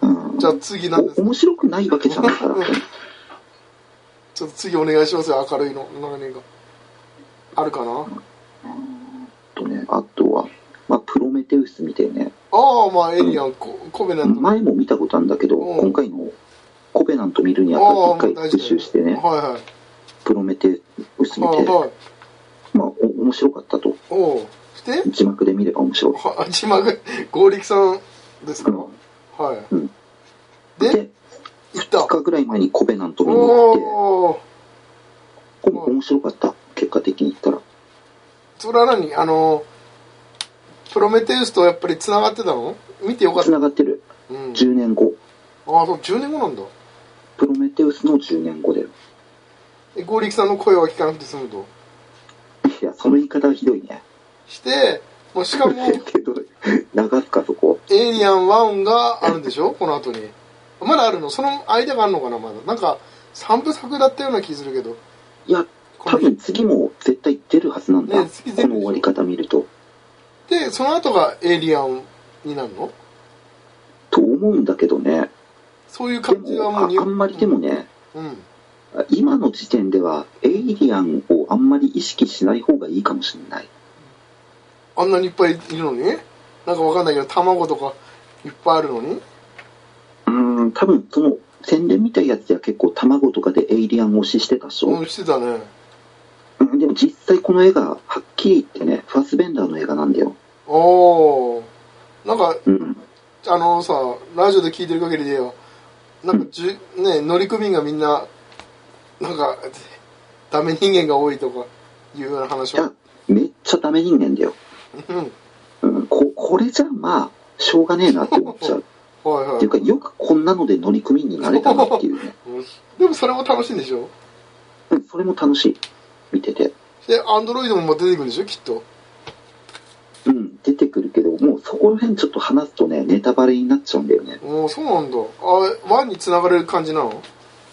うん。じゃあ次なんですか？ 面白くないわけじゃないから。 ちょっと次お願いしますよ、明るいの。何が。あるかな？うんとね、あとは、まあ、プロメテウスみたいね。 ああ、まあ、エイリアン、うん、コベナント。 前も見たことあるんだけど、うん、今回のコベナント見るにあたって一回復習してね、はいはい、プロメテウス見て、はい、まあ、お面白かったと。 おして字幕で見れば面白い。 は字幕、剛力さんですか？うん、はい。うん、で、でふつかぐらい前にコベナント見に行って、これ面白かった。結果的に言ったら。 それは何？あの、プロメテウスとやっぱり繋がってたの？見てよかった。 繋がってる。うん、じゅうねんご。 ああ、そう、じゅうねんごなんだ。 プロメテウスのじゅうねんごだよ。 え、剛力さんの声は聞かなくて済むと？ いや、その言い方はひどいね。 して、もうしかも、 けど、流すか、そこ。 エイリアンワンがあるんでしょこの後に。まだあるの？その間があるのかなまだ。なんか、三部作だったような気するけど。 いや、多分次も絶対出るはずなんだ。ね、次出るこの終わり方見ると。 で、その後がエイリアンになるの？ と思うんだけどね。 そういう感じはもうあ、あんまりでもね、うん、今の時点ではエイリアンをあんまり意識しない方がいいかもしれない。 あんなにいっぱいいるのに？なんかわかんないけど、卵とかいっぱいあるのに？ うーん、多分その宣伝みたいなやつでは結構卵とかでエイリアン推ししてたでしょ。 うん、してたね。 うん、でも実際この映画、はっきり言ってね、ファスベンダーの映画なんだよ。 おー。なんか、 うん、 あのさ、ラジオで聞いてる限りでよ、なんかじゅ、うん、ね、乗組員がみんな、なんか、ダメ人間が多いとかいうような話は。 いや、めっちゃダメ人間だよ。うん、うん、ここれじゃまあ、しょうがねえなって思っちゃう。はいはい。っていうか、よくこんなので乗組員になれたなっていうね。 でもそれも楽しいんでしょ？ うん、それも楽しい。見てて。 で、アンドロイドも出てくるんでしょきっと。 うん、出てくるけど、もうそこら辺ちょっと話すとね、ネタバレになっちゃうんだよね。 おー、そうなんだ。あ、ワンに繋がれる感じなの？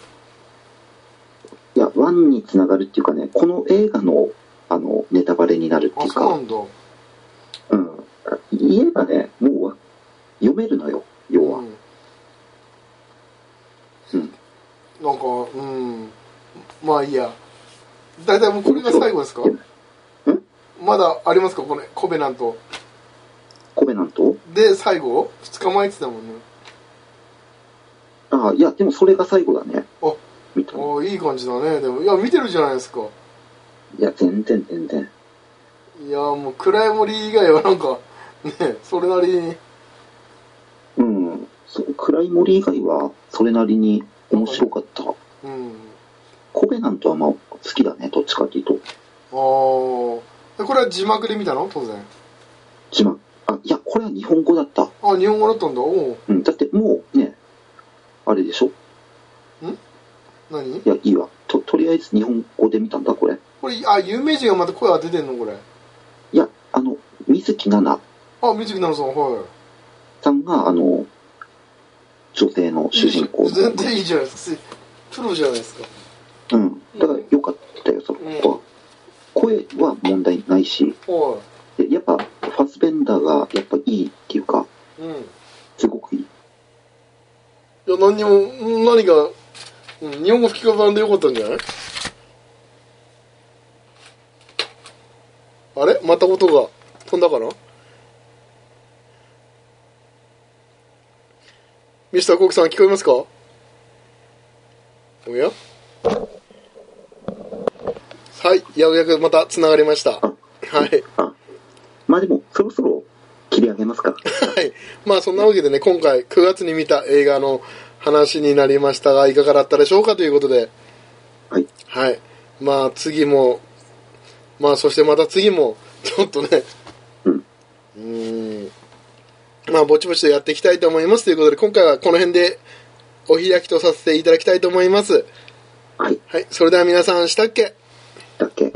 いや、ワンに繋がるっていうかね、この映画の、あの、ネタバレになるっていうか。 あ、そうなんだ。 うん。言えばね、もう、読めるのよ、要は。うん。 うん、なんか、うん。まあいいや。だいたいもうこれが最後ですか？ん？まだありますかこれ、コベナント。 コベナントで、最後ふつかまえって言ってたもんね。 ああ、いや、でもそれが最後だね。 あ、 見たの。 ああ、いい感じだね。でも、いや、見てるじゃないですか。 いや、全然全然。 いや、もう、暗い森以外はなんか、ね、それなりに。 うん。そう、暗い森以外は、それなりに面白かった。 うん。 コベナントはまあ、好きだね、どっちかっていうと。 ああ。これは字幕で見たの当然。 字幕。あ、いや、これは日本語だった。 あ、日本語だったんだ。おう。 うん、だってもうね、あれでしょ？ん？ 何？ いや、いいわ。と、とりあえず日本語で見たんだ、これ。 これ、あ、有名人がまた声当ててんのこれ。 いや、あの、水木奈々。 あ、水木奈々さん、はい。 さんが、あの、女性の主人公の。 全然いいじゃないですか。プロじゃないですか。 うん。だからよかったよ、そこは。うん、声は問題ないし。 はい。 でやっぱ、ファスベンダーがやっぱいいっていうか、 うん。 すごくいい。 いや、何にも、何が、うん、日本語吹き替え版でよかったんじゃない？あれ？また音が飛んだかな？ミスターコークさん聞こえますか？おや？はい、ようやくまた繋がりました。はい。 あ、まあでも、そろそろ切り上げますか。 はい。まあそんなわけでね、今回くがつに見た映画の話になりましたが、いかがだったでしょうかということで。 はい。 はい。まあ次も、まあそしてまた次も、ちょっとね、 うん。 うーん。まあぼちぼちとやっていきたいと思いますということで、今回はこの辺でお開きとさせていただきたいと思います。 はい。 はい。それでは皆さん、したっけ？